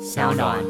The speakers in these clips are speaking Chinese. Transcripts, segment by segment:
小暖。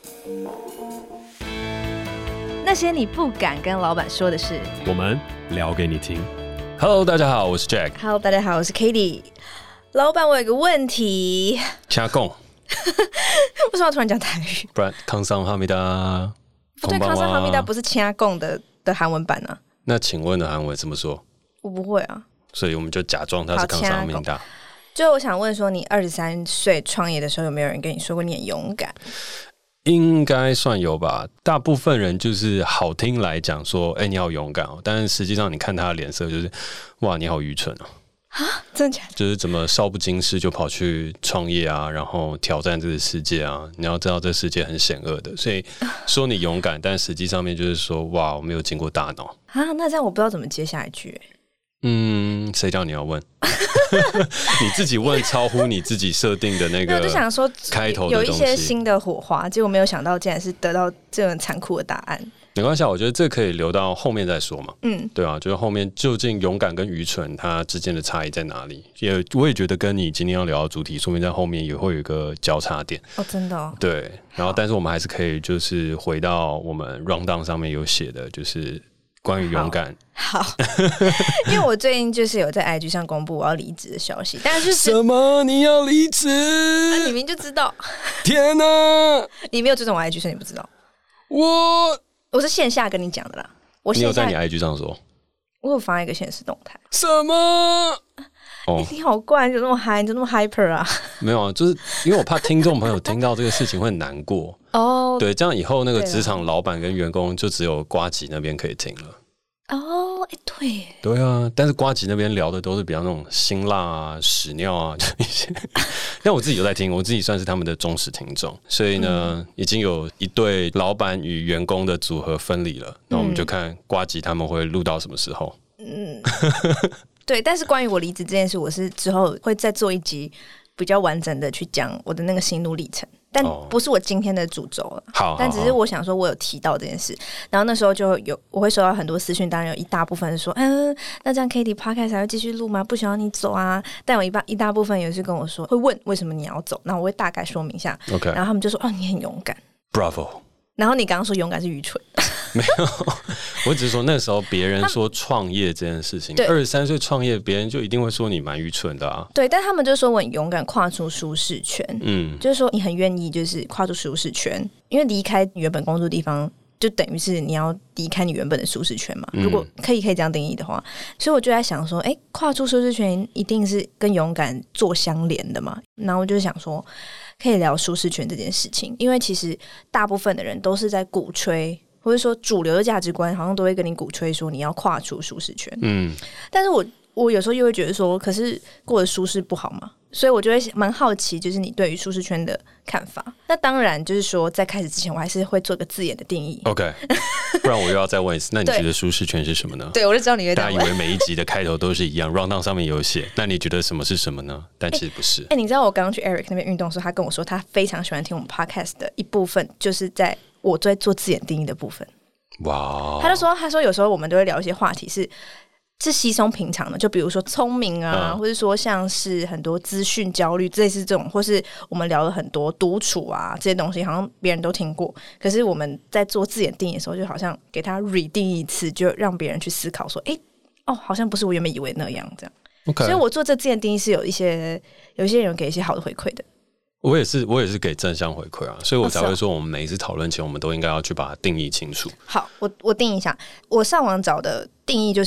那些你不敢跟老板说的事， 我们聊给你听。Hello， 大家好，我是 Jack。 Hello， 大家好，我是 Katie。老板，我有个问题。 请讲。 为什么要突然讲台语？ 不然康桑哈密达。 不对，康桑哈密达不是请讲的韩文版啊。 那请问的韩文怎么说？ 我不会啊。所以我们就假装他是康桑哈密达。 就我想问说，你23岁创业的时候，有没有人跟你说过你很勇敢？ 应该算有吧。大部分人就是好听来讲说，你好勇敢哦，但是实际上你看他的脸色，就是哇，你好愚蠢哦。 啊，真的假的？ 就是怎么少不经事就跑去创业啊，然后挑战这个世界啊！你要知道这世界很险恶的，所以说你勇敢，但实际上面就是说，哇，我没有经过大脑啊。那这样我不知道怎么接下一句。 谁叫你要问？你自己问超乎你自己设定的那个， 我就想说开头的东西有一些新的火花，结果没有想到竟然是得到这种残酷的答案。 没关系，我觉得这可以留到后面再说嘛。对啊，就是后面究竟勇敢跟愚蠢它之间的差异在哪里？我也觉得跟你今天要聊的主题，说明在后面也会有一个交叉点。 哦，真的哦。 对，然后但是我们还是可以就是回到我们 rundown 上面有写的，就是关于勇敢。 好，因为我最近就是有在 IG 上公布我要离职的消息，但是什么你要离职？ 你明明就知道。 天哪！ 你没有追踪我 IG，所以你不知道。我是线下跟你讲的啦。 你有在你 IG 上说？ 我有发一个限时动态。 什么？ 你好怪，你怎么那么嗨？你怎么那么 hyper 啊？ 没有啊，就是因为我怕听众朋友听到这个事情会很难过。哦，对，这样以后那个职场老板跟员工就只有呱吉那边可以听了。 哦，对。 对啊，但是呱吉那边聊的都是比较那种辛辣啊、屎尿啊一些。但我自己有在听，我自己算是他们的忠实听众，所以呢，已经有一对老板与员工的组合分离了。那我们就看呱吉他们会录到什么时候。 对，但是关于我离职这件事，我是之后会再做一集比较完整的去讲我的那个心路历程，但不是我今天的主轴了。 好， 但只是我想说，我有提到这件事，然后那时候就我会收到很多私讯，当然有一大部分是说，那这样 Katie Podcast 还会继续录吗？不想要你走啊。但有一大部分也是跟我说，会问为什么你要走，那我会大概说明一下。 OK， 然后他们就说，你很勇敢 ，Bravo。 然后你刚刚说勇敢是愚蠢。 没有，我只是说那时候别人说创业这件事情，23岁创业，别人就一定会说你蛮愚蠢的啊。 对，但他们就说我很勇敢跨出舒适圈，就是说你很愿意就是跨出舒适圈，因为离开原本工作的地方，就等于是你要离开你原本的舒适圈嘛。如果可以这样定义的话，所以我就在想说，跨出舒适圈一定是跟勇敢做相连的嘛。然后我就想说，可以聊舒适圈这件事情，因为其实大部分的人都是在鼓吹。或者说主流的价值观好像都会跟你鼓吹说你要跨出舒适圈，但是我有时候又会觉得说，可是过得舒适不好吗？所以我就会蛮好奇，就是你对于舒适圈的看法。那当然就是说，在开始之前，我还是会做个字眼的定义。 OK， 不然我又要再问一次，那你觉得舒适圈是什么呢？ 对，我就知道你会这样问。 大家以为每一集的开头都是一样，rundown 上面有写，那你觉得什么是什么呢？但其实不是。 你知道我刚刚去 Eric 那边运动的时候，他跟我说，他非常喜欢听我们 podcast 的一部分，就是在我在做字眼定义的部分。 哇！ 他说有时候我们都会聊一些话题是稀松平常的，就比如说聪明啊，或者说像是很多资讯焦虑，类似这种，或是我们聊了很多独处啊这些东西，好像别人都听过。可是我们在做字眼定义的时候，就好像给他 redeem 一次，就让别人去思考说，好像不是我原本以为那样这样。 Okay. 所以我做这字眼定义是有一些人给一些好的回馈的。 我也是给正向回馈啊，所以我才会说，我们每一次讨论前，我们都应该要去把它定义清楚。 好，我定义一下，我上网找的定义就是，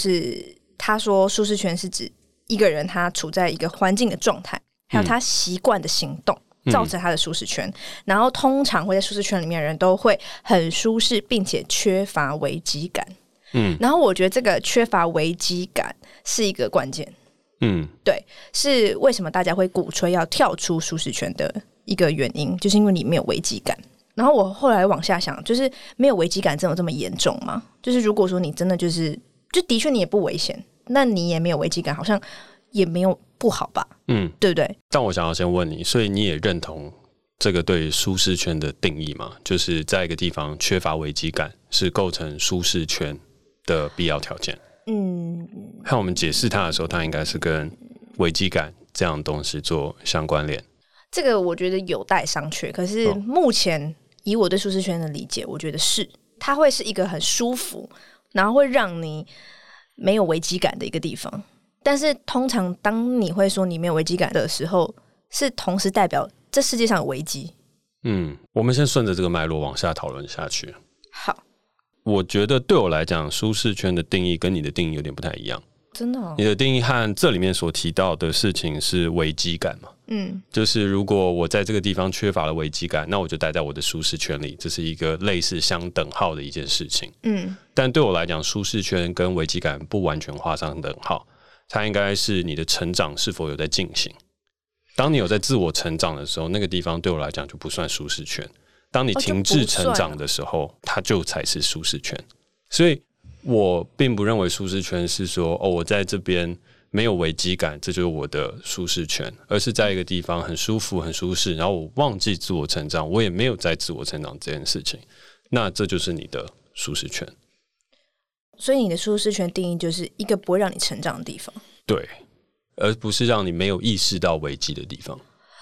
他说舒适圈是指一个人他处在一个环境的状态，还有他习惯的行动，造成他的舒适圈。然后通常会在舒适圈里面的人都会很舒适，并且缺乏危机感。然后我觉得这个缺乏危机感是一个关键。对，是为什么大家会鼓吹要跳出舒适圈的一个原因，就是因为你没有危机感。然后我后来往下想，就是没有危机感真的有这么严重吗？就是如果说你真的就的确你也不危险，那你也没有危机感，好像也没有不好吧？对不对？ 但我想要先问你，所以你也认同这个对舒适圈的定义吗？就是在一个地方缺乏危机感是构成舒适圈的必要条件。看我们解释它的时候，它应该是跟危机感这样的东西做相关联。 这个我觉得有待商榷。可是目前以我对舒适圈的理解，我觉得它会是一个很舒服，然后会让你没有危机感的一个地方。但是通常当你会说你没有危机感的时候，是同时代表这世界上有危机。 我们先顺着这个脉络往下讨论下去。 好， 我觉得对我来讲，舒适圈的定义跟你的定义有点不太一样。 真的哦？ 你的定义和这里面所提到的事情是危机感嘛？就是如果我在这个地方缺乏了危机感，那我就待在我的舒适圈里，这是一个类似相等号的一件事情。但对我来讲，舒适圈跟危机感不完全画上等号，它应该是你的成长是否有在进行。当你有在自我成长的时候，那个地方对我来讲就不算舒适圈。当你停滞成长的时候，它就才是舒适圈。所以我并不认为舒适圈是说我在这边没有危机感，这就是我的舒适圈，而是在一个地方很舒服很舒适，然后我忘记自我成长，我也没有在自我成长这件事情，那这就是你的舒适圈。 所以你的舒适圈定义就是一个不会让你成长的地方。 对，而不是让你没有意识到危机的地方。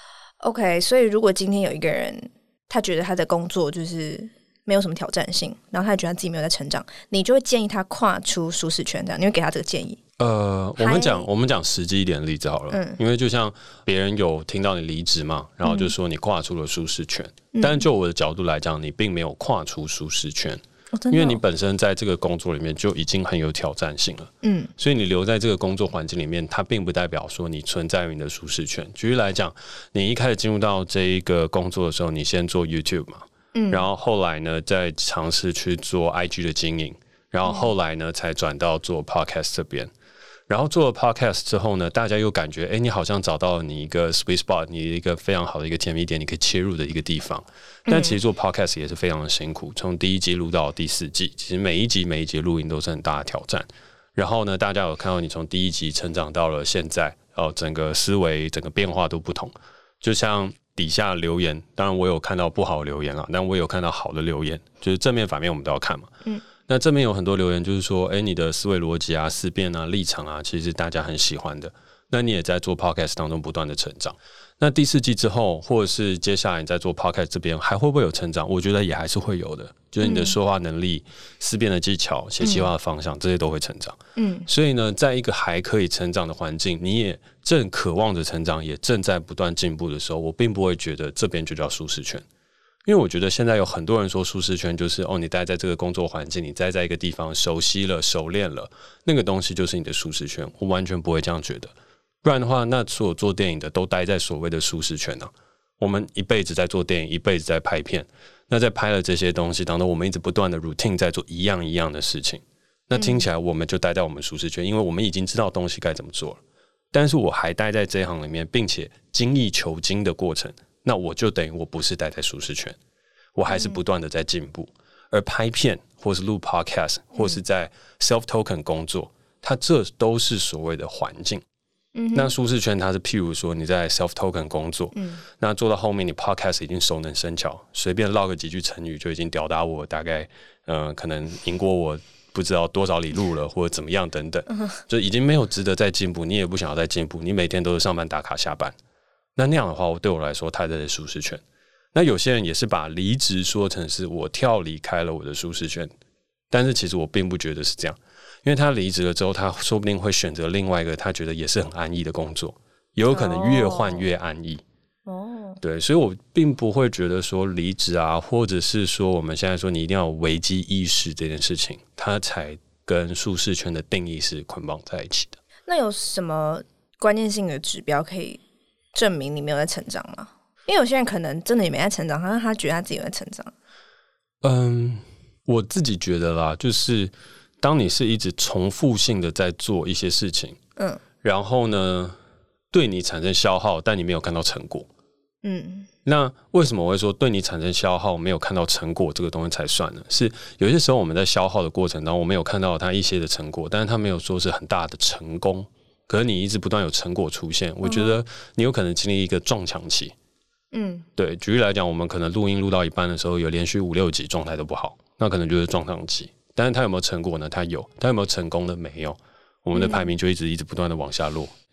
OK， 所以如果今天有一个人他觉得他的工作就是没有什么挑战性，然后他觉得他自己没有在成长，你就会建议他跨出舒适圈，这样你会给他这个建议？ 我们讲实际一点的例子好了。因为就像别人有听到你离职嘛，然后就说你跨出了舒适圈，但是就我的角度来讲，你并没有跨出舒适圈。因为你本身在这个工作里面就已经很有挑战性了，所以你留在这个工作环境里面，它并不代表说你存在于你的舒适圈。举例来讲，你一开始进入到这一个工作的时候，你先做 YouTube 嘛，然后后来呢，再尝试去做 IG 的经营，然后后来呢，才转到做 Podcast 这边。然后做了 Podcast 之后呢，大家又感觉，你好像找到了你一个 sweet spot， 你一个非常好的一个甜蜜点，你可以切入的一个地方。但其实做 Podcast 也是非常的辛苦，从第1季录到第4季，其实每一集录音都是很大的挑战。然后呢，大家有看到你从第1集成长到了现在，整个思维、整个变化都不同。就像底下留言，当然我有看到不好的留言啦，但我有看到好的留言，就是正面反面我们都要看嘛。那这边有很多留言，就是说，你的思维逻辑啊、思辨啊、立场啊，其实大家很喜欢的。那你也在做 podcast 当中不断的成长。那第4季之后，或者是接下来你在做 podcast 这边，还会不会有成长？我觉得也还是会有的，就是你的说话能力、思辨的技巧、写企划的方向，这些都会成长。所以呢，在一个还可以成长的环境，你也正渴望着成长，也正在不断进步的时候，我并不会觉得这边就叫舒适圈。因为我觉得现在有很多人说舒适圈就是你待在这个工作环境，你待在一个地方熟悉了、熟练了，那个东西就是你的舒适圈。我完全不会这样觉得，不然的话，那所有做电影的都待在所谓的舒适圈啊。我们一辈子在做电影，一辈子在拍片，那在拍了这些东西当中，我们一直不断的 routine 在做一样一样的事情，那听起来我们就待在我们舒适圈，因为我们已经知道东西该怎么做了。但是我还待在这一行里面，并且精益求精的过程，那我就等于我不是待在舒适圈，我还是不断的在进步。而拍片或是录 podcast 或是在 self token 工作，它这都是所谓的环境。那舒适圈它是譬如说你在 self token 工作，那做到后面你 podcast 已经熟能生巧，随便唠个几句成语就已经吊打我大概可能赢过我不知道多少里路了，或者怎么样等等，就已经没有值得再进步，你也不想要再进步，你每天都是上班打卡下班。那样的话，对我来说，它在舒适圈。那有些人也是把离职说成是我离开了我的舒适圈，但是其实我并不觉得是这样，因为他离职了之后，他说不定会选择另外一个他觉得也是很安逸的工作，也有可能越换越安逸。对，所以我并不会觉得说离职啊，或者是说我们现在说你一定要有危机意识这件事情，它才跟舒适圈的定义是捆绑在一起的。 那有什么关键性的指标可以证明你没有在成长吗？因为有些人可能真的也没在成长，但是他觉得他自己有在成长。 我自己觉得啦，就是当你是一直重复性的在做一些事情，然后呢对你产生消耗，但你没有看到成果，那为什么我会说对你产生消耗没有看到成果这个东西才算呢？是有些时候我们在消耗的过程当中，我没有看到它一些的成果，但是它没有说是很大的成功，可是你一直不断有成果出现，我觉得你有可能经历一个撞墙期。对，举例来讲，我们可能录音录到一半的时候，有连续5、6集状态都不好，那可能就是撞墙期。但是它有没有成果呢？它有。它有没有成功呢？没有。我们的排名就一直不断的往下落。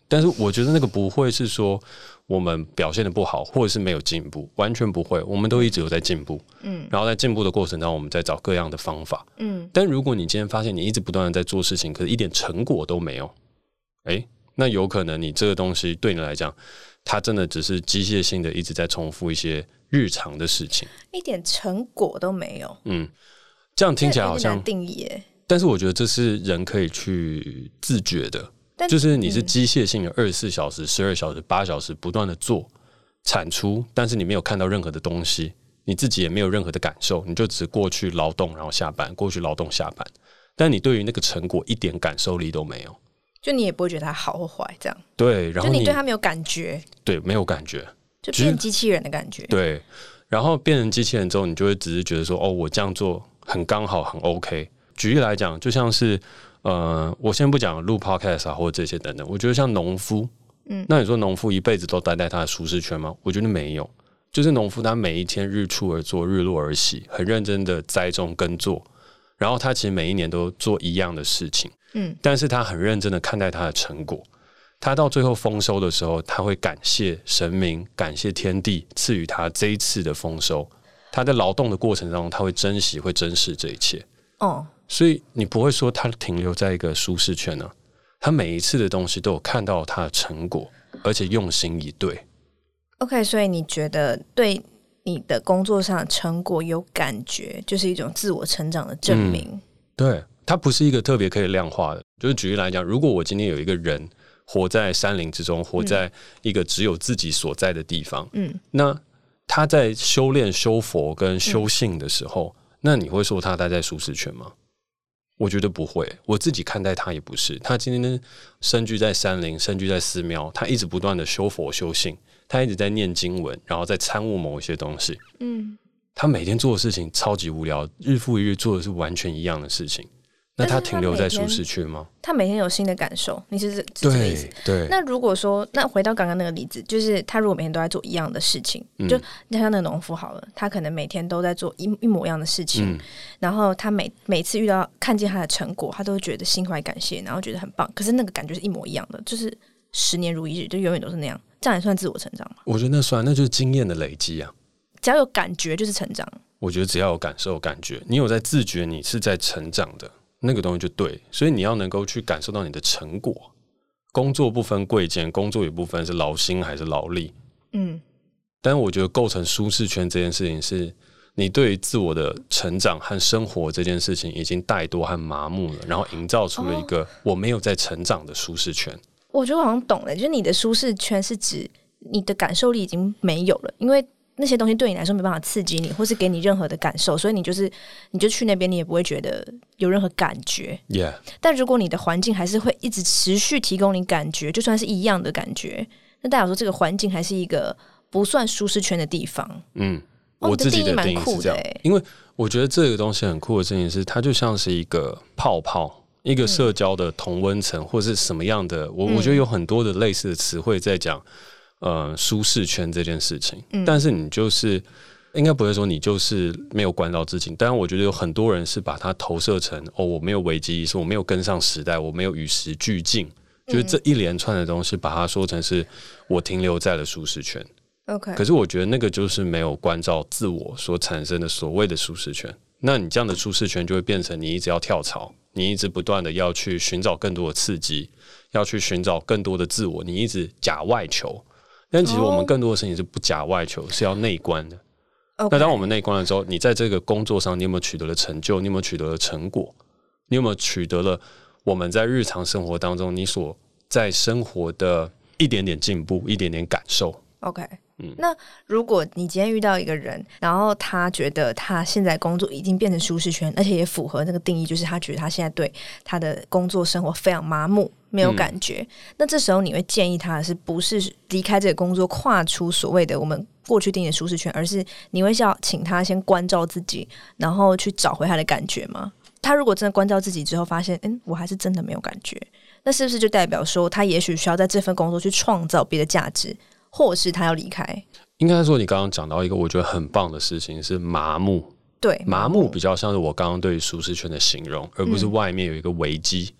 但是我觉得那个不会是说我们表现的不好，或者是没有进步，完全不会，我们都一直有在进步。然后在进步的过程当中，我们在找各样的方法。但如果你今天发现你一直不断的在做事情，可是一点成果都没有，那有可能你这个东西对你来讲，它真的只是机械性的一直在重复一些日常的事情， 一点成果都没有。 这样听起来好像难定义耶。但是我觉得这是人可以去自觉的。就是你是机械性的24小时、12小时、8小时不断的做产出，但是你没有看到任何的东西，你自己也没有任何的感受，你就只过去劳动然后下班，过去劳动下班，但你对于那个成果一点感受力都没有， 就你也不会觉得它好或坏这样。 对，然后就你对它没有感觉。对， 没有感觉， 就变机器人的感觉。 对，然后变成机器人之后，你就会只是觉得说，我这样做很刚好，很 OK。举例来讲，就像是我先不讲录 podcast 啊或者这些等等，我觉得像农夫，那你说农夫一辈子都待在他的舒适圈吗？我觉得没有，就是农夫他每一天日出而作，日落而息，很认真的栽种耕作，然后他其实每一年都做一样的事情，但是他很认真的看待他的成果，他到最后丰收的时候，他会感谢神明，感谢天地赐予他这一次的丰收，他在劳动的过程当中，他会珍惜，会珍视这一切。所以你不会说他停留在一个舒适圈啊，他每一次的东西都有看到他的成果，而且用心以对。 OK， 所以你觉得对你的工作上的成果有感觉，就是一种自我成长的证明。 对，它不是一个特别可以量化的。就是举例来讲，如果我今天有一个人活在山林之中，活在一个只有自己所在的地方，那他在修炼、修佛跟修性的时候，那你会说他待在舒适圈吗？我觉得不会，我自己看待他也不是。他今天身居在山林，身居在寺庙，他一直不断的修佛修性，他一直在念经文，然后在参悟某一些东西。他每天做的事情超级无聊，日复一日做的是完全一样的事情。那他停留在舒适圈吗？ 他每天有新的感受，你是这个意思？ 对。 那如果说，那回到刚刚那个例子，就是他如果每天都在做一样的事情，就像那个农夫好了，他可能每天都在做一模一样的事情，然后他每次遇到看见他的成果，他都会觉得心怀感谢，然后觉得很棒。可是那个感觉是一模一样的，就是10年如一日，就永远都是那样。这样也算自我成长吗？ 我觉得那算，那就是经验的累积啊。 只要有感觉就是成长。 我觉得只要有感受、感觉，你有在自觉你是在成长的。那个东西就对，所以你要能够去感受到你的成果。工作不分贵贱，工作也不分是劳心还是劳力。但是我觉得构成舒适圈这件事情，是你对于自我的成长和生活这件事情已经怠惰和麻木了，然后营造出了一个我没有在成长的舒适圈。 我觉得我好像懂了，就是你的舒适圈是指你的感受力已经没有了，因为那些东西对你来说没办法刺激你，或是给你任何的感受，所以你就去那边，你也不会觉得有任何感觉。但如果你的环境还是会一直持续提供你感觉，就算是一样的感觉，那代表说这个环境还是一个不算舒适圈的地方。 我自己的定义是这样，因为我觉得这个东西很酷的事情是，它就像是一个泡泡，一个社交的同温层，或是什么样的。我觉得有很多的类似的词汇在讲。舒适圈这件事情，但是你就是应该不会说你就是没有关照自己，当然我觉得有很多人是把它投射成我没有危机意识，我没有跟上时代，我没有与时俱进，就是这一连串的东西把它说成是我停留在了舒适圈。可是我觉得那个就是没有关照自我所产生的所谓的舒适圈，那你这样的舒适圈就会变成你一直要跳槽，你一直不断的要去寻找更多的刺激，要去寻找更多的自我，你一直假外求。但其实我们更多的事情是不假外求，是要内观的。那当我们内观的时候，你在这个工作上，你有没有取得了成就？你有没有取得了成果？你有没有取得了我们在日常生活当中你所在生活的一点点进步，一点点感受？ 那如果你今天遇到一个人，然后他觉得他现在工作已经变成舒适圈，而且也符合那个定义，就是他觉得他现在对他的工作生活非常麻木，没有感觉，那这时候你会建议他的是不是离开这个工作，跨出所谓的我们过去定义的舒适圈，而是你会要请他先关照自己，然后去找回他的感觉吗？他如果真的关照自己之后发现我还是真的没有感觉，那是不是就代表说他也许需要在这份工作去创造别的价值，或是他要离开？ 应该说你刚刚讲到一个我觉得很棒的事情是麻木。 对， 麻木比较像是我刚刚对于舒适圈的形容，而不是外面有一个危机。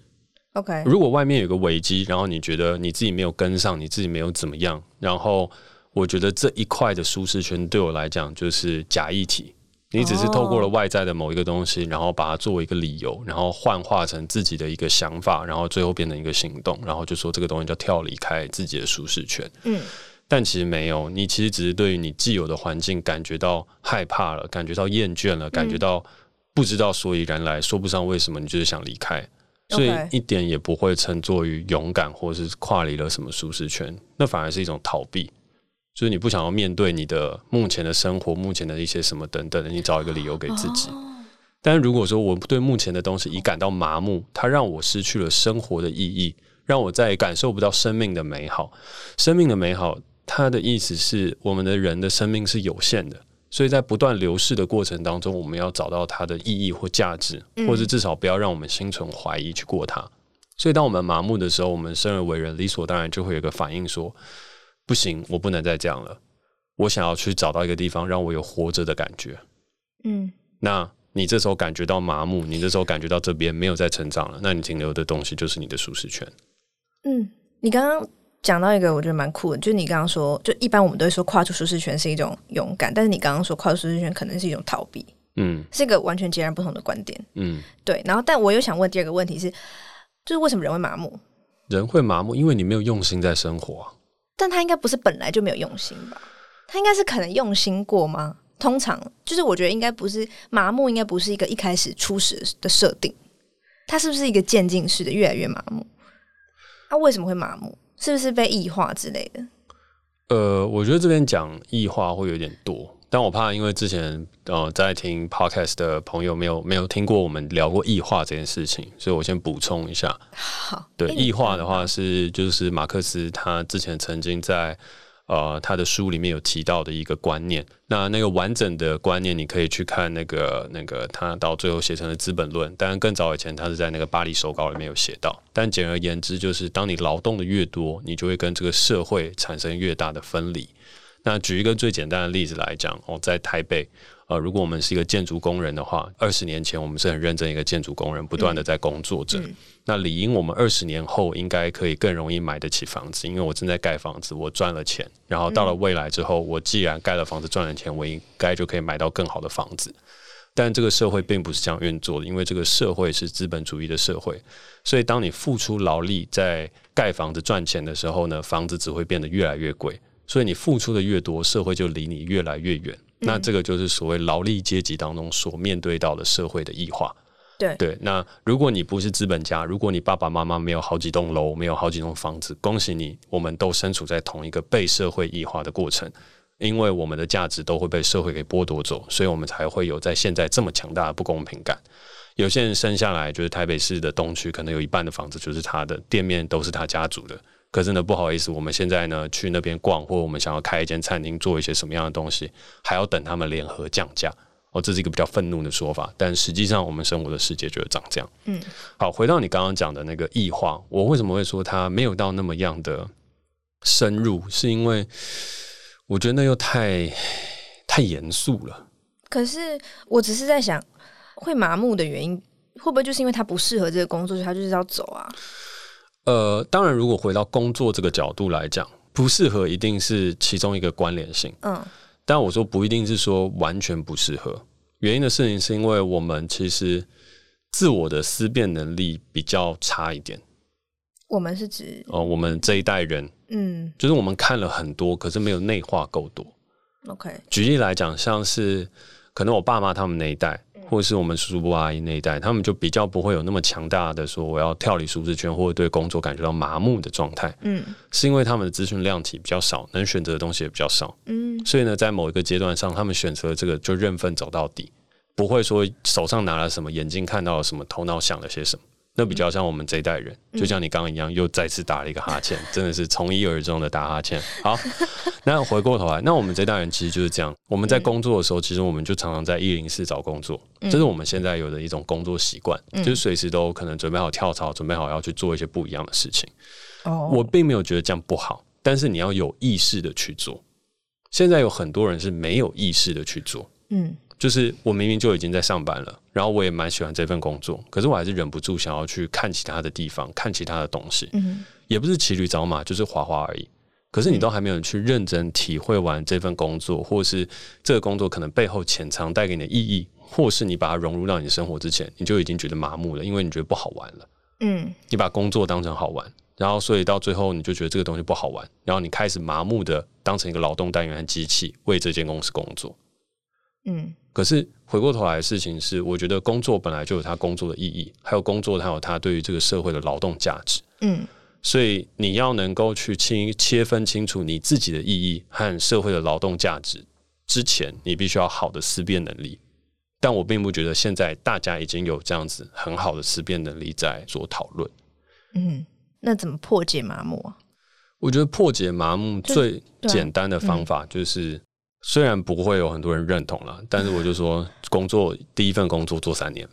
OK， 如果外面有个危机，然后你觉得你自己没有跟上，你自己没有怎么样，然后我觉得这一块的舒适圈对我来讲就是假议题。你只是透过了外在的某一个东西，然后把它作为一个理由，然后幻化成自己的一个想法，然后最后变成一个行动，然后就说这个东西叫跳离开自己的舒适圈。但其实没有，你其实只是对于你既有的环境感觉到害怕了，感觉到厌倦了，感觉到不知道所以然来，说不上为什么，你就是想离开，所以一点也不会称作于勇敢或是跨离了什么舒适圈，那反而是一种逃避。就是你不想要面对你的目前的生活，目前的一些什么等等的，你找一个理由给自己。但是如果说我对目前的东西已感到麻木，它让我失去了生活的意义，让我再也感受不到生命的美好。生命的美好，它的意思是我们的人的生命是有限的，所以在不断流逝的过程当中，我们要找到它的意义或价值，或者至少不要让我们心存怀疑去过它。所以当我们麻木的时候，我们生而为人理所当然就会有一个反应说，不行，我不能再这样了，我想要去找到一个地方让我有活着的感觉。那你这时候感觉到麻木，你这时候感觉到这边没有再成长了，那你停留的东西就是你的舒适圈。 你刚刚讲到一个我觉得蛮酷的，就是你刚刚说，就一般我们都会说跨出舒适圈是一种勇敢，但是你刚刚说跨出舒适圈可能是一种逃避，是一个完全截然不同的观点。对。然后但我又想问第二个问题是，就是为什么人会麻木？ 人会麻木，因为你没有用心在生活啊。 但他应该不是本来就没有用心吧？他应该是可能用心过吗？通常就是我觉得应该不是麻木，应该不是一个一开始初始的设定，他是不是一个渐进式的越来越麻木？他为什么会麻木？是不是被异化之类的？ 我觉得这边讲异化会有点多，但我怕因为之前在听 podcast 的朋友没有听过我们聊过异化这件事情，所以我先补充一下。 好， 对，异化的话就是马克思他之前曾经在他的书里面有提到的一个观念。那个完整的观念，你可以去看那个他到最后写成了《资本论》，当然更早以前他是在那个巴黎手稿里面有写到。但简而言之，就是当你劳动的越多，你就会跟这个社会产生越大的分离。那举一个最简单的例子来讲，在台北。如果我们是一个建筑工人的话，20年前我们是很认真一个建筑工人，不断的在工作着。那理应我们20年后应该可以更容易买得起房子，因为我正在盖房子，我赚了钱，然后到了未来之后，我既然盖了房子赚了钱，我应该就可以买到更好的房子。但这个社会并不是这样运作的，因为这个社会是资本主义的社会，所以当你付出劳力在盖房子赚钱的时候呢，房子只会变得越来越贵，所以你付出的越多，社会就离你越来越远。那这个就是所谓劳力阶级当中所面对到的社会的异化。对，那如果你不是资本家，如果你爸爸妈妈没有好几栋楼，没有好几栋房子，恭喜你，我们都身处在同一个被社会异化的过程，因为我们的价值都会被社会给剥夺走，所以我们才会有在现在这么强大的不公平感。有些人生下来就是台北市的东区，可能有一半的房子就是他的，店面都是他家族的。可是呢，不好意思，我们现在呢去那边逛，或我们想要开一间餐厅，做一些什么样的东西，还要等他们联合降价。这是一个比较愤怒的说法，但实际上我们生活的世界就是长这样。好，回到你刚刚讲的那个异化，我为什么会说它没有到那么样的深入，是因为我觉得那又太严肃了。 可是我只是在想，会麻木的原因，会不会就是因为他不适合这个工作，所以他就是要走啊？ 当然，如果回到工作这个角度来讲，不适合一定是其中一个关联性。但我说不一定是说完全不适合。原因的事情是因为我们其实自我的思辨能力比较差一点。 我们是指我们这一代人，就是我们看了很多，可是没有内化够多。 OK， 举例来讲，像是可能我爸妈他们那一代。或者是我们叔叔伯阿姨那一代，他们就比较不会有那么强大的说我要跳离舒适圈，或者对工作感觉到麻木的状态。是因为他们的资讯量体比较少，能选择的东西也比较少。所以呢，在某一个阶段上，他们选择这个就认份走到底，不会说手上拿了什么，眼睛看到了什么，头脑想了些什么。那比较像我们这一代人，就像你刚刚一样，又再次打了一个哈欠，真的是从一而终的打哈欠。好，那回过头来，那我们这一代人其实就是这样。我们在工作的时候，其实我们就常常在104找工作，这是我们现在有的一种工作习惯，就是随时都可能准备好跳槽，准备好要去做一些不一样的事情。我并没有觉得这样不好，但是你要有意识的去做。现在有很多人是没有意识的去做。 就是我明明就已经在上班了，然后我也蛮喜欢这份工作，可是我还是忍不住想要去看其他的地方，看其他的东西。也不是骑驴找马，就是滑滑而已。可是你都还没有去认真体会完这份工作，或是这个工作可能背后潜藏带给你的意义，或是你把它融入到你的生活之前，你就已经觉得麻木了，因为你觉得不好玩了。你把工作当成好玩，然后所以到最后你就觉得这个东西不好玩，然后你开始麻木的当成一个劳动单元和机器为这间公司工作。可是回过头来的事情是，我觉得工作本来就有它工作的意义，还有工作它有它对于这个社会的劳动价值。所以你要能够去切分清楚你自己的意义和社会的劳动价值之前，你必须要好的思辨能力。但我并不觉得现在大家已经有这样子很好的思辨能力在做讨论。 那怎么破解麻木啊？ 我觉得破解麻木最简单的方法就是，虽然不会有很多人认同啦，但是我就说第一份工作做3年。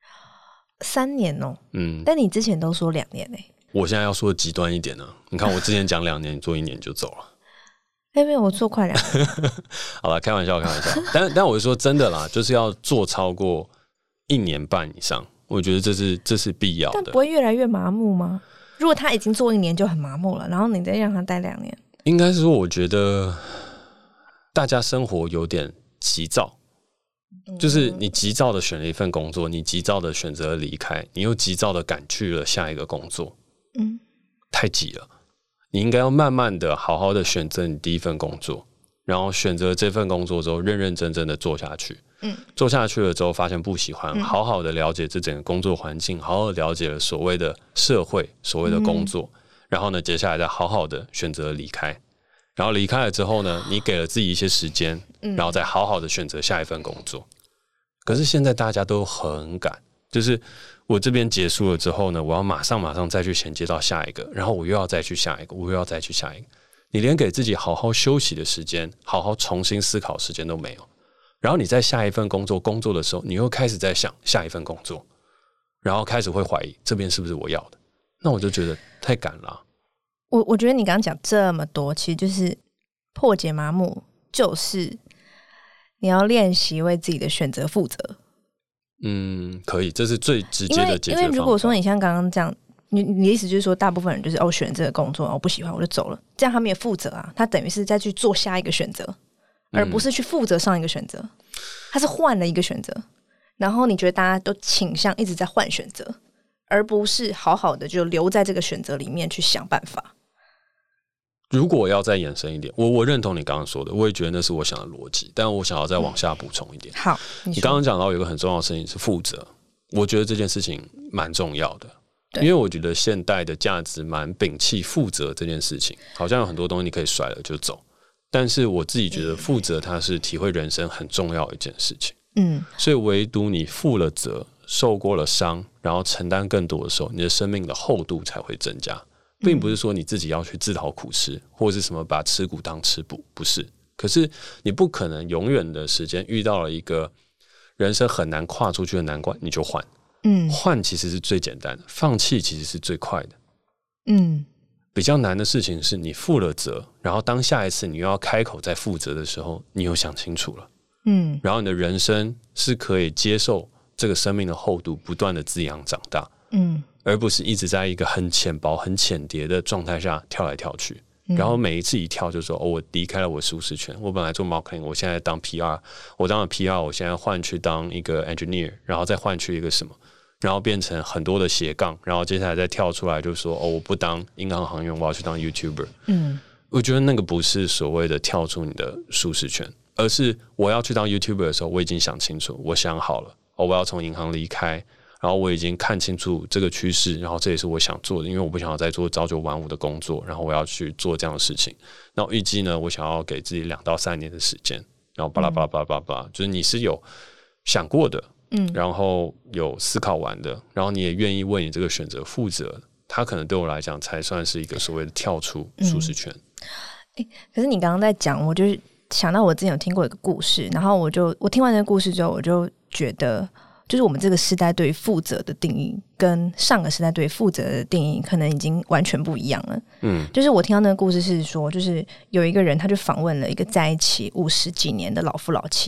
3年哦。但你之前都说2年欸。 我现在要说的极端一点呢，你看我之前讲2年，做1年就走了。 没有，我做快2年。 好了，开玩笑。但我是说真的啦，就是要做超过1年半以上，我觉得这是必要的。 但不会越来越麻木吗？如果他已经做1年就很麻木了，然后你再让他待2年， 应该是说，我觉得大家生活有点急躁。就是你急躁的选了一份工作，你急躁的选择离开，你又急躁的赶去了下一个工作。太急了。你应该要慢慢的好好的选择你第一份工作，然后选择这份工作之后认认真真的做下去。做下去了之后发现不喜欢，好好的了解这整个工作环境，好好的了解了所谓的社会，所谓的工作，然后呢接下来再好好的选择离开，然后离开了之后呢，你给了自己一些时间，然后再好好的选择下一份工作。可是现在大家都很赶，就是我这边结束了之后呢，我要马上再去衔接到下一个，然后我又要再去下一个，我又要再去下一个。你连给自己好好休息的时间，好好重新思考时间都没有。然后你在下一份工作的时候，你又开始在想下一份工作，然后开始会怀疑这边是不是我要的。那我就觉得太赶了。 我觉得你刚刚讲这么多，其实就是破解麻木，就是你要练习为自己的选择负责。 可以，这是最直接的解决方法。 因为如果说你像刚刚这样，你的意思就是说，大部分人就是选这个工作，我不喜欢我就走了，这样他没有负责啊，他等于是再去做下一个选择，而不是去负责上一个选择，他是换了一个选择。然后你觉得大家都倾向一直在换选择，而不是好好的就留在这个选择里面去想办法。 如果要再延伸一点，我认同你刚刚说的，我也觉得那是我想的逻辑，但我想要再往下补充一点。 好， 你刚刚讲到有一个很重要的事情是负责，我觉得这件事情蛮重要的，因为我觉得现代的价值蛮摒弃负责这件事情，好像有很多东西你可以甩了就走，但是我自己觉得负责它是体会人生很重要的一件事情。所以唯独你负了责，受过了伤，然后承担更多的时候，你的生命的厚度才会增加。并不是说你自己要去自讨苦吃，或是什么把吃苦当吃补，不是。可是你不可能永远的时间遇到了一个人生很难跨出去的难关，你就换。换其实是最简单的，放弃其实是最快的。比较难的事情是你负了责，然后当下一次你又要开口再负责的时候，你又想清楚了。然后你的人生是可以接受这个生命的厚度不断的滋养长大。而不是一直在一个很浅薄很浅碟的状态下跳来跳去，然后每一次一跳就说我离开了我舒适圈，我本来做 marketing， 我现在当 PR， 我当了 PR， 我现在换去当一个 engineer， 然后再换去一个什么，然后变成很多的斜杠，然后接下来再跳出来就说我不当银行行员，我要去当 YouTuber。我觉得那个不是所谓的跳出你的舒适圈，而是我要去当 YouTuber 的时候，我已经想清楚，我想好了，我要从银行离开，然后我已经看清楚这个趋势，然后这也是我想做的，因为我不想要再做朝9晚5的工作，然后我要去做这样的事情。然后预计呢，我想要给自己2到3年的时间，然后巴拉巴拉巴拉巴拉，就是你是有想过的，然后有思考完的，然后你也愿意为你这个选择负责，它可能对我来讲才算是一个所谓的跳出舒适圈。 可是你刚刚在讲，我就是想到我之前有听过一个故事，然后我听完这个故事之后，我就觉得就是我们这个时代对于负责的定义跟上个时代对于负责的定义可能已经完全不一样了。就是我听到那个故事是说，就是有一个人他就访问了一个在一起50几年的老夫老妻，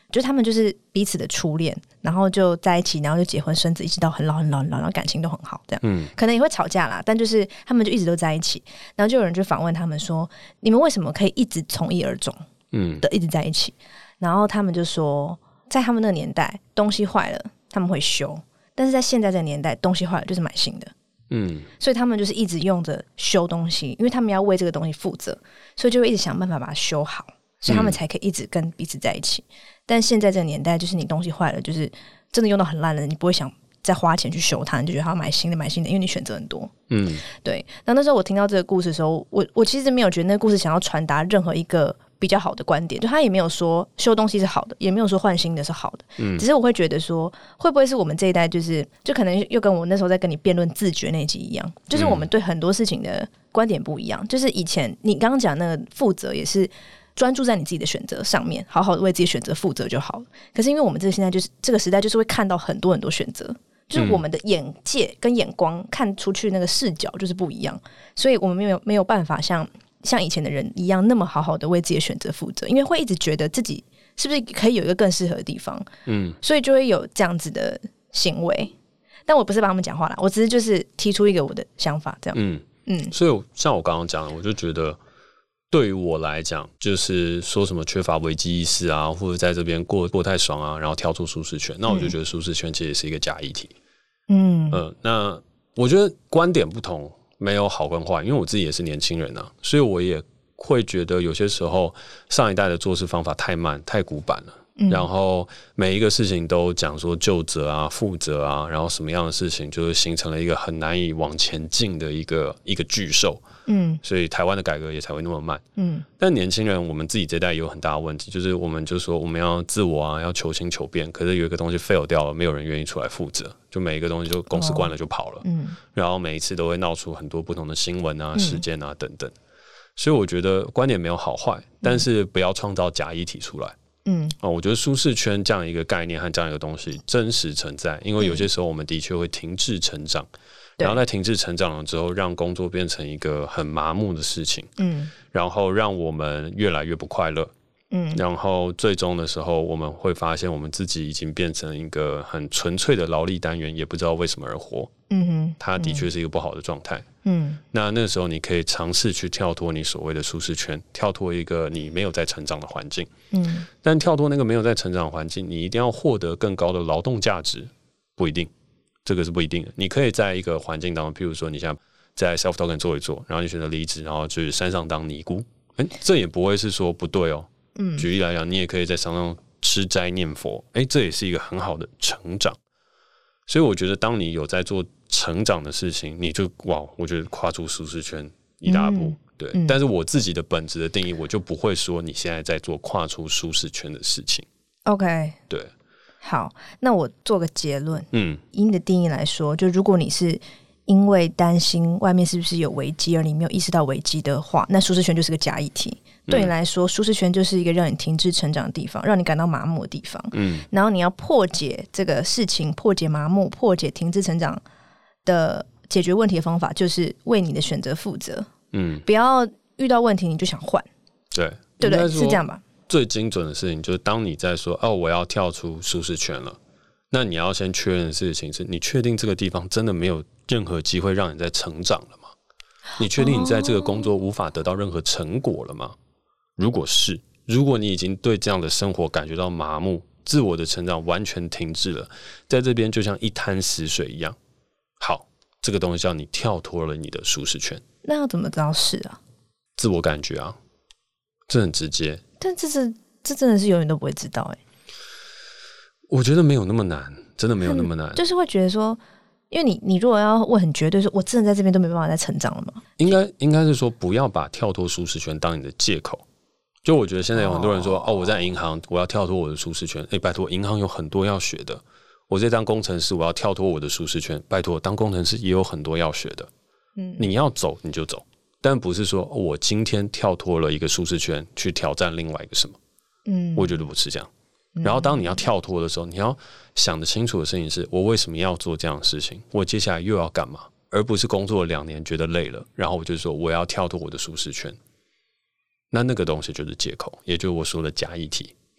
就他们就是彼此的初恋，然后就在一起，然后就结婚生子，一直到很老很老很老，然后感情都很好，这样，可能也会吵架啦，但就是他们就一直都在一起。然后就有人就访问他们说：“你们为什么可以一直从一而终的一直在一起？”然后他们就说，在他们那个年代，东西坏了他们会修，但是在现在这个年代，东西坏了就是买新的。所以他们就是一直用着修东西，因为他们要为这个东西负责，所以就会一直想办法把它修好。所以他们才可以一直跟彼此在一起。但现在这个年代，就是你东西坏了，就是真的用到很烂了，你不会想再花钱去修它，你就觉得要买新的，因为你选择很多。对。然后那时候我听到这个故事的时候，我其实没有觉得那个故事想要传达任何一个比较好的观点，就他也没有说修东西是好的，也没有说换新的是好的。只是我会觉得说，会不会是我们这一代就可能又跟我那时候在跟你辩论自觉那一集一样，就是我们对很多事情的观点不一样。就是以前你刚刚讲那个负责也是专注在你自己的选择上面，好好的为自己的选择负责就好了。可是因为我们现在就是这个时代，就是会看到很多很多选择，就是我们的眼界跟眼光看出去那个视角就是不一样，所以我们没有办法像以前的人一样那么好好的为自己的选择负责，因为会一直觉得自己是不是可以有一个更适合的地方，所以就会有这样子的行为。但我不是帮他们讲话啦，我只是就是提出一个我的想法，这样。 所以像我刚刚讲的，我就觉得。对于我来讲，就是说什么缺乏危机意识啊，或者在这边过太爽啊，然后跳出舒适圈，那我就觉得舒适圈其实也是一个假议题。那我觉得观点不同没有好跟坏，因为我自己也是年轻人啊，所以我也会觉得有些时候上一代的做事方法太慢、太古板了。然后每一个事情都讲说就责啊、负责啊，然后什么样的事情就是形成了一个很难以往前进的一个巨兽。所以台湾的改革也才会那么慢。但年轻人我们自己这代也有很大的问题，就是我们就说我们要自我啊，要求新求变，可是有一个东西 fail 掉了，没有人愿意出来负责，就每一个东西就公司关了就跑了。然后每一次都会闹出很多不同的新闻啊、事件啊等等。所以我觉得观点没有好坏，但是不要创造假议题出来。我觉得舒适圈这样一个概念和这样一个东西真实存在，因为有些时候我们的确会停滞成长，然后在停滞成长了之后，让工作变成一个很麻木的事情，然后让我们越来越不快乐，然后最终的时候，我们会发现我们自己已经变成一个很纯粹的劳力单元，也不知道为什么而活。它的确是一个不好的状态。那个时候你可以尝试去跳脱你所谓的舒适圈，跳脱一个你没有在成长的环境。但跳脱那个没有在成长的环境，你一定要获得更高的劳动价值，不一定，这个是不一定的。你可以在一个环境当中，譬如说你现在 self token 做一做，然后你选择离职，然后去山上当尼姑，这也不会是说不对哦。举例来讲，你也可以在山上吃斋念佛，这也是一个很好的成长。所以我觉得当你有在做成长的事情，你就我觉得跨出舒适圈一大步。对，但是我自己的本质的定义，我就不会说你现在在做跨出舒适圈的事情。 OK， 对， 好，那我做个结论。以你的定义来说，就如果你是因为担心外面是不是有危机而你没有意识到危机的话，那舒适圈就是个假议题。对你来说，舒适圈就是一个让你停滞成长的地方，让你感到麻木的地方。然后你要破解这个事情，破解麻木，破解停滞成长的解决问题的方法，就是为你的选择负责。不要遇到问题你就想换。对不对？是这样吧？ 最精准的事情就是当你在说我要跳出舒适圈了，那你要先确认的事情是你确定这个地方真的没有任何机会让你在成长了吗？你确定你在这个工作无法得到任何成果了吗？如果你已经对这样的生活感觉到麻木，自我的成长完全停滞了，在这边就像一滩死水一样。好，这个东西叫你跳脱了你的舒适圈。 那要怎么知道是啊？ 自我感觉啊，这很直接。 但这真的是永远都不会知道。 我觉得没有那么难，真的没有那么难。 就是会觉得说，因为你如果要问很绝对说我真的在这边都没办法再成长了吗？ 应该是说不要把跳脱舒适圈当你的借口。就我觉得现在有很多人说我在银行我要跳脱我的舒适圈，拜托，银行有很多要学的。我在当工程师我要跳脱我的舒适圈，拜托，当工程师也有很多要学的。你要走你就走，但不是说我今天跳脱了一个舒适圈去挑战另外一个什么。我觉得不是这样。然后当你要跳脱的时候，你要想得清楚的事情是，我为什么要做这样的事情，我接下来又要干嘛，而不是工作了2年觉得累了，然后我就说我要跳脱我的舒适圈。那个东西就是借口，也就是我说的假议题，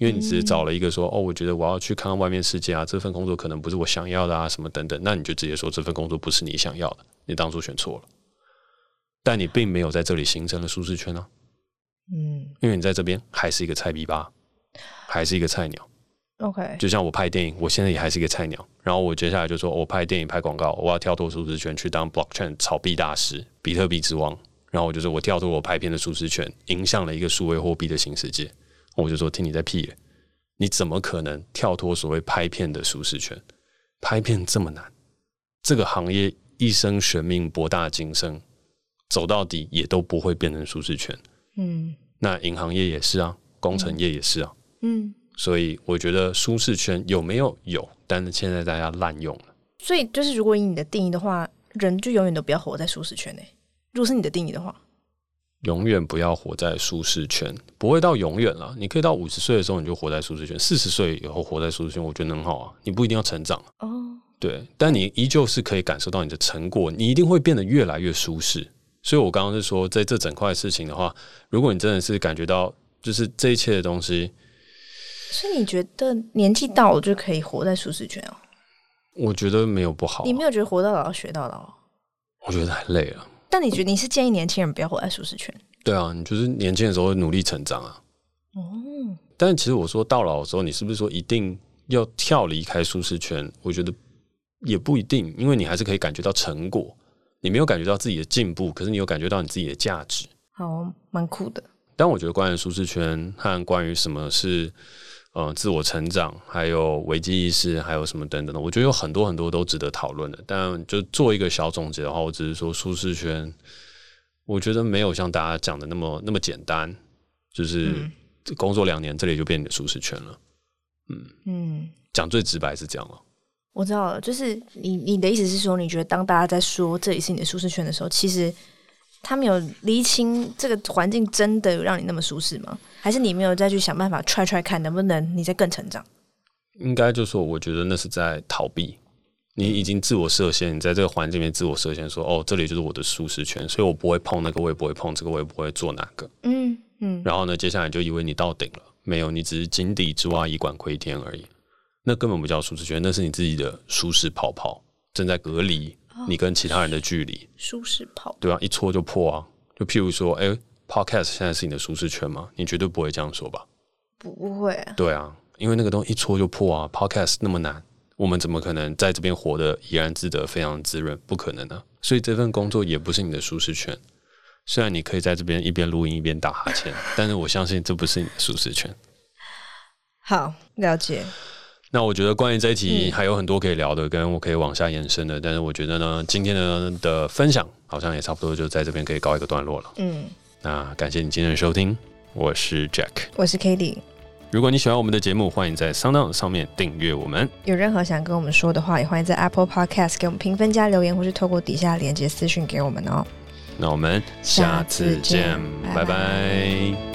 因为你只是找了一个说我觉得我要去看看外面世界啊，这份工作可能不是我想要的啊，什么等等，那你就直接说这份工作不是你想要的，你当初选错了。但你并没有在这里形成了舒适圈啊，因为你在这边还是一个菜逼吧，还是一个菜鸟。 OK， 就像我拍电影，我现在也还是一个菜鸟，然后我接下来就说我拍电影拍广告，我要跳脱舒适圈去当 blockchain 炒币大师，比特币之王，然后我就说我跳脱我拍片的舒适圈，影响了一个数位货币的新世界，我就说听你在屁耶，你怎么可能跳脱所谓拍片的舒适圈？拍片这么难，这个行业一生悬命博大精深，走到底也都不会变成舒适圈。那银行业也是啊，工程业也是啊。所以我觉得舒适圈有没有？有，但是现在大家滥用了。 所以就是如果以你的定义的话，人就永远都不要活在舒适圈内。如果是你的定义的话， 永远不要活在舒适圈，不会到永远啦。你可以到50岁的时候你就活在舒适圈，40岁以后活在舒适圈，我觉得很好啊。你不一定要成长对，但你依旧是可以感受到你的成果，你一定会变得越来越舒适。所以我刚刚是说，在这整块事情的话，如果你真的是感觉到就是这一切的东西， 所以你觉得年纪到了就可以活在舒适圈我觉得没有不好。 你没有觉得活到老学到老？ 我觉得太累了。 但你觉得你是建议年轻人不要活在舒适圈？ 对啊，你就是年轻的时候努力成长啊。但其实我说到老的时候，你是不是说一定要跳离开舒适圈？我觉得也不一定，因为你还是可以感觉到成果。你没有感觉到自己的进步，可是你有感觉到你自己的价值。 好，蛮酷的。 但我觉得关于舒适圈和关于什么是自我成长，还有危机意识，还有什么等等的，我觉得有很多很多都值得讨论的。但就做一个小总结的话，我只是说舒适圈，我觉得没有像大家讲的那么简单，就是工作2年，这里就变你的舒适圈了。讲最直白是这样了。 我知道了，就是你的意思是说，你觉得当大家在说这里是你的舒适圈的时候，其实他没有厘清这个环境真的有让你那么舒适吗？还是你没有再去想办法try看能不能你再更成长？ 应该就说我觉得那是在逃避，你已经自我设限，你在这个环境里面自我设限说这里就是我的舒适圈，所以我不会碰那个，我也不会碰这个，我也不会做哪个。然后呢，接下来就以为你到顶了，没有，你只是井底之蛙，以管窥天而已。那根本不叫舒适圈，那是你自己的舒适泡泡正在隔离你跟其他人的距离。 舒适泡泡， 对啊，一戳就破啊。就譬如说Podcast 现在是你的舒适圈吗？你绝对不会这样说吧？ 不会啊。 对啊，因为那个东西一戳就破啊。Podcast 那么难，我们怎么可能在这边活得怡然自得，非常滋润？不可能啊。所以这份工作也不是你的舒适圈。虽然你可以在这边一边录音一边打哈欠，但是我相信这不是你的舒适圈。 好，了解。 那我觉得关于这一题还有很多可以聊的，跟我可以往下延伸的，但是我觉得呢，今天的分享好像也差不多就在这边可以告一个段落了。那感谢你今天的收听，我是 Jack， 我是 Katie。 如果你喜欢我们的节目，欢迎在 SoundOn 上面订阅我们。 有任何想跟我们说的话，也欢迎在 Apple Podcast 给我们评分加留言，或是透过底下连结私讯给我们哦。 那我们下次见，拜拜。